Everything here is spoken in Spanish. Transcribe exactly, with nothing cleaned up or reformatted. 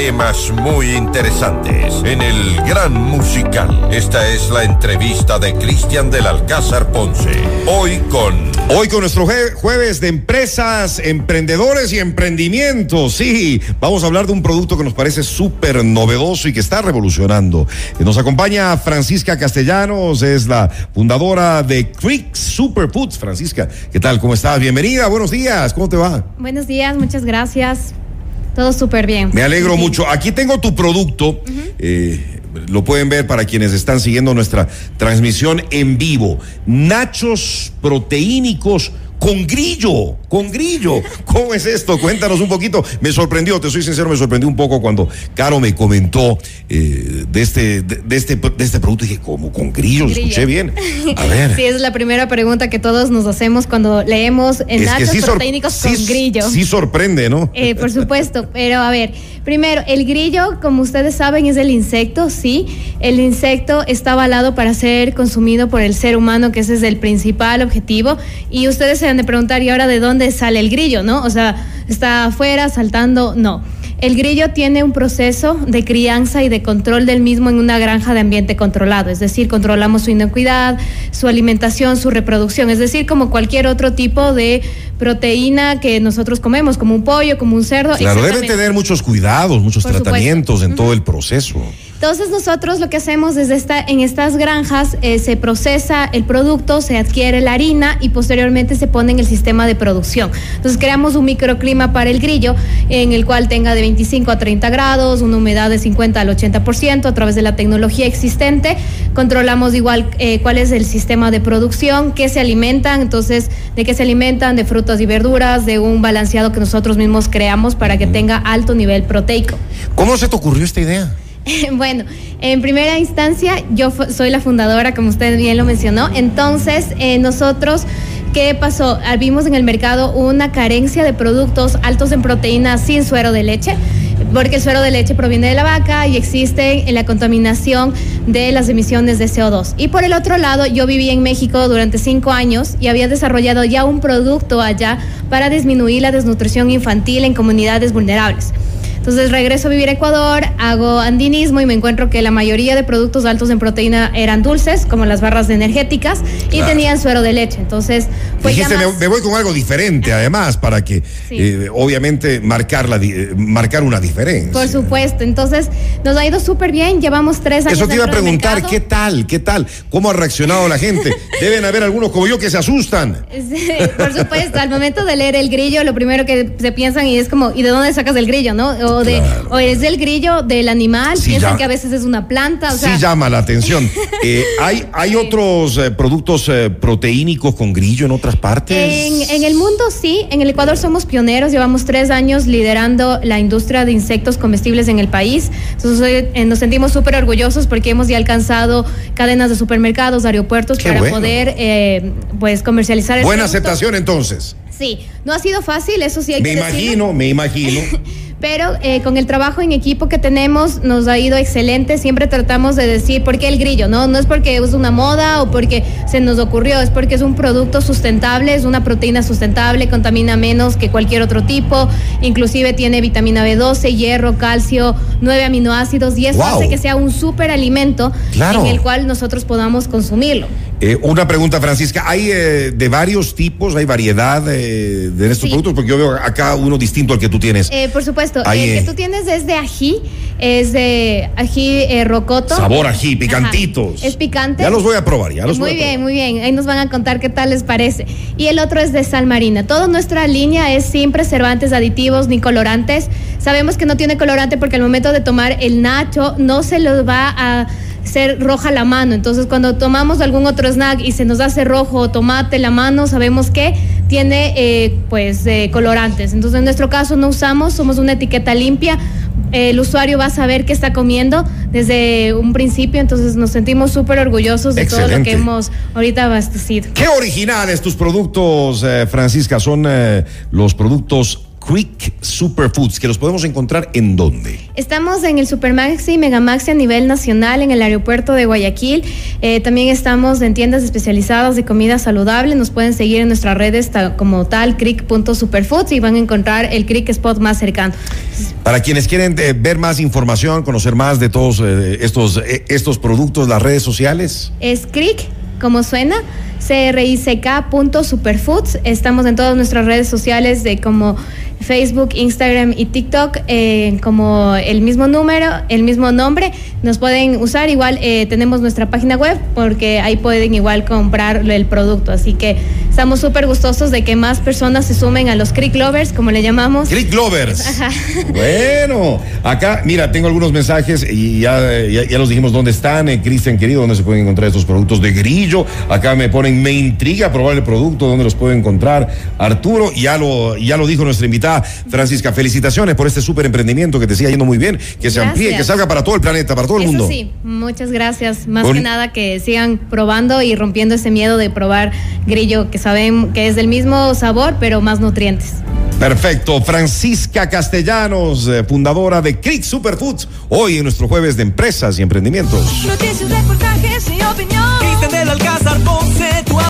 temas muy interesantes en el Gran Musical. Esta es la entrevista de Cristian del Alcázar Ponce. Hoy con... Hoy con nuestro jue- jueves de empresas, emprendedores y emprendimientos. Sí, vamos a hablar de un producto que nos parece súper novedoso y que está revolucionando. Nos acompaña Francisca Castellanos, es la fundadora de Creek Superfoods. Francisca, ¿qué tal? ¿Cómo estás? Bienvenida, buenos días, ¿cómo te va? Buenos días, muchas gracias. Todo súper bien. Me alegro sí. mucho. Aquí tengo tu producto. Uh-huh. Eh, lo pueden ver para quienes están siguiendo nuestra transmisión en vivo. Nachos proteínicos con grillo, con grillo. ¿Cómo es esto? Cuéntanos un poquito. Me sorprendió, te soy sincero, me sorprendió un poco cuando Caro me comentó eh, de este de, de este de este producto. Dije, ¿cómo? ¿Con grillo? ¿Lo escuché bien? A ver. Sí, esa es la primera pregunta que todos nos hacemos cuando leemos en nachos sí proteínicos sor- con sí, grillo. Sí sorprende, ¿no? Eh, por supuesto, pero a ver, primero, el grillo, como ustedes saben, es el insecto, sí. El insecto está avalado para ser consumido por el ser humano, que ese es el principal objetivo. Y ustedes se han de preguntar, ¿y ahora de dónde sale el grillo, no? O sea, ¿está afuera saltando? No. El grillo tiene un proceso de crianza y de control del mismo en una granja de ambiente controlado, es decir, controlamos su inocuidad, su alimentación, su reproducción, es decir, como cualquier otro tipo de proteína que nosotros comemos, como un pollo, como un cerdo. Claro, debe tener muchos cuidados, muchos Por tratamientos supuesto. en todo el proceso. Entonces nosotros lo que hacemos es esta, en estas granjas eh, se procesa el producto, se adquiere la harina y posteriormente se pone en el sistema de producción. Entonces creamos un microclima para el grillo en el cual tenga de veinticinco a treinta grados, una humedad de cincuenta al ochenta por ciento a través de la tecnología existente. Controlamos igual eh, cuál es el sistema de producción, qué se alimentan, entonces de qué se alimentan, de frutas y verduras, de un balanceado que nosotros mismos creamos para que tenga alto nivel proteico. ¿Cómo se te ocurrió esta idea? Bueno, en primera instancia, yo f- soy la fundadora, como usted bien lo mencionó. Entonces, eh, nosotros, ¿qué pasó? Vimos en el mercado una carencia de productos altos en proteínas sin suero de leche, porque el suero de leche proviene de la vaca y existe en la contaminación de las emisiones de C O dos. Y por el otro lado, yo viví en México durante cinco años y había desarrollado ya un producto allá para disminuir la desnutrición infantil en comunidades vulnerables. Entonces regreso a vivir a Ecuador, hago andinismo y me encuentro que la mayoría de productos altos en proteína eran dulces, como las barras energéticas, y claro. tenían suero de leche. Entonces, pues dijiste, más... me, me voy con algo diferente, además, para que sí. eh, obviamente marcar, la, eh, marcar una diferencia. Por supuesto. Entonces, nos ha ido súper bien, llevamos tres años. Eso te iba a preguntar, ¿qué tal? ¿Qué tal? ¿Cómo ha reaccionado la gente? Deben haber algunos como yo que se asustan. Sí, por supuesto, al momento de leer el grillo, lo primero que se piensan y es como, ¿y de dónde sacas el grillo, no? O De, claro. o es del grillo del animal, sí, piensan ya, que a veces es una planta. O sí sea. llama la atención. eh, ¿Hay, hay sí. otros eh, productos eh, proteínicos con grillo en otras partes? En, en el mundo sí, en el Ecuador somos pioneros, llevamos tres años liderando la industria de insectos comestibles en el país. Entonces eh, nos sentimos súper orgullosos porque hemos ya alcanzado cadenas de supermercados, aeropuertos Qué para bueno. poder eh, pues comercializar el Buena producto. aceptación entonces. Sí, no ha sido fácil, eso sí hay me que imagino, decirlo. Me imagino, me imagino. Pero eh, con el trabajo en equipo que tenemos nos ha ido excelente. Siempre tratamos de decir por qué el grillo, ¿no? No es porque es una moda o porque se nos ocurrió, es porque es un producto sustentable, es una proteína sustentable, contamina menos que cualquier otro tipo, inclusive tiene vitamina B doce, hierro, calcio, nueve aminoácidos y eso wow. hace que sea un súper alimento claro. en el cual nosotros podamos consumirlo. Eh, una pregunta, Francisca, ¿hay eh, de varios tipos, hay variedad eh, de estos sí. productos? Porque yo veo acá uno distinto al que tú tienes. Eh, por supuesto. Ahí, el eh. que tú tienes es de ají, es de ají eh, rocoto. Sabor ají, picantitos. Ajá. Es picante. Ya los voy a probar, ya los muy voy a bien, probar. Muy bien, ahí nos van a contar qué tal les parece. Y el otro es de sal marina. Toda nuestra línea es sin preservantes, aditivos ni colorantes. Sabemos que no tiene colorante porque al momento de tomar el nacho no se los va a ser roja la mano, entonces cuando tomamos algún otro snack y se nos hace rojo o tomate la mano, sabemos que tiene eh, pues eh, colorantes. Entonces en nuestro caso no usamos, somos una etiqueta limpia, eh, el usuario va a saber qué está comiendo desde un principio, entonces nos sentimos súper orgullosos de Excelente. todo lo que hemos ahorita abastecido. Qué originales tus productos, eh, Francisca, son eh, los productos Creek Superfoods, que los podemos encontrar ¿en dónde? Estamos en el Supermaxi y Megamaxi a nivel nacional en el aeropuerto de Guayaquil. Eh, también estamos en tiendas especializadas de comida saludable. Nos pueden seguir en nuestras redes ta, como tal, creek punto superfoods, y van a encontrar el Creek Spot más cercano. Para quienes quieren eh, ver más información, conocer más de todos eh, estos, eh, estos productos, las redes sociales. Es Creek, como suena, C R I C K punto superfoods. Estamos en todas nuestras redes sociales de como Facebook, Instagram y TikTok, eh, como el mismo número, el mismo nombre. Nos pueden usar igual, eh, tenemos nuestra página web, porque ahí pueden igual comprar el producto. Así que estamos súper gustosos de que más personas se sumen a los Creek Lovers, como le llamamos. Creek Lovers. Ajá. Bueno, acá, mira, tengo algunos mensajes y ya, ya, ya los dijimos dónde están. Eh, Cristian, querido, dónde se pueden encontrar estos productos de Grillo. Acá me ponen, me intriga probar el producto, dónde los puedo encontrar. Arturo, ya lo, ya lo dijo nuestra invitada Francisca. Felicitaciones por este súper emprendimiento, que te siga yendo muy bien, que se amplíe, que salga para todo el planeta, para todo el Eso mundo. Sí, muchas gracias. Más Con... que nada que sigan probando y rompiendo ese miedo de probar Grillo, que saben que es del mismo sabor, pero más nutrientes. Perfecto. Francisca Castellanos, eh, fundadora de Creek Superfoods, hoy en nuestro jueves de empresas y emprendimientos. Noticias, reportajes y opinión. Cristian del Alcázar Ponce.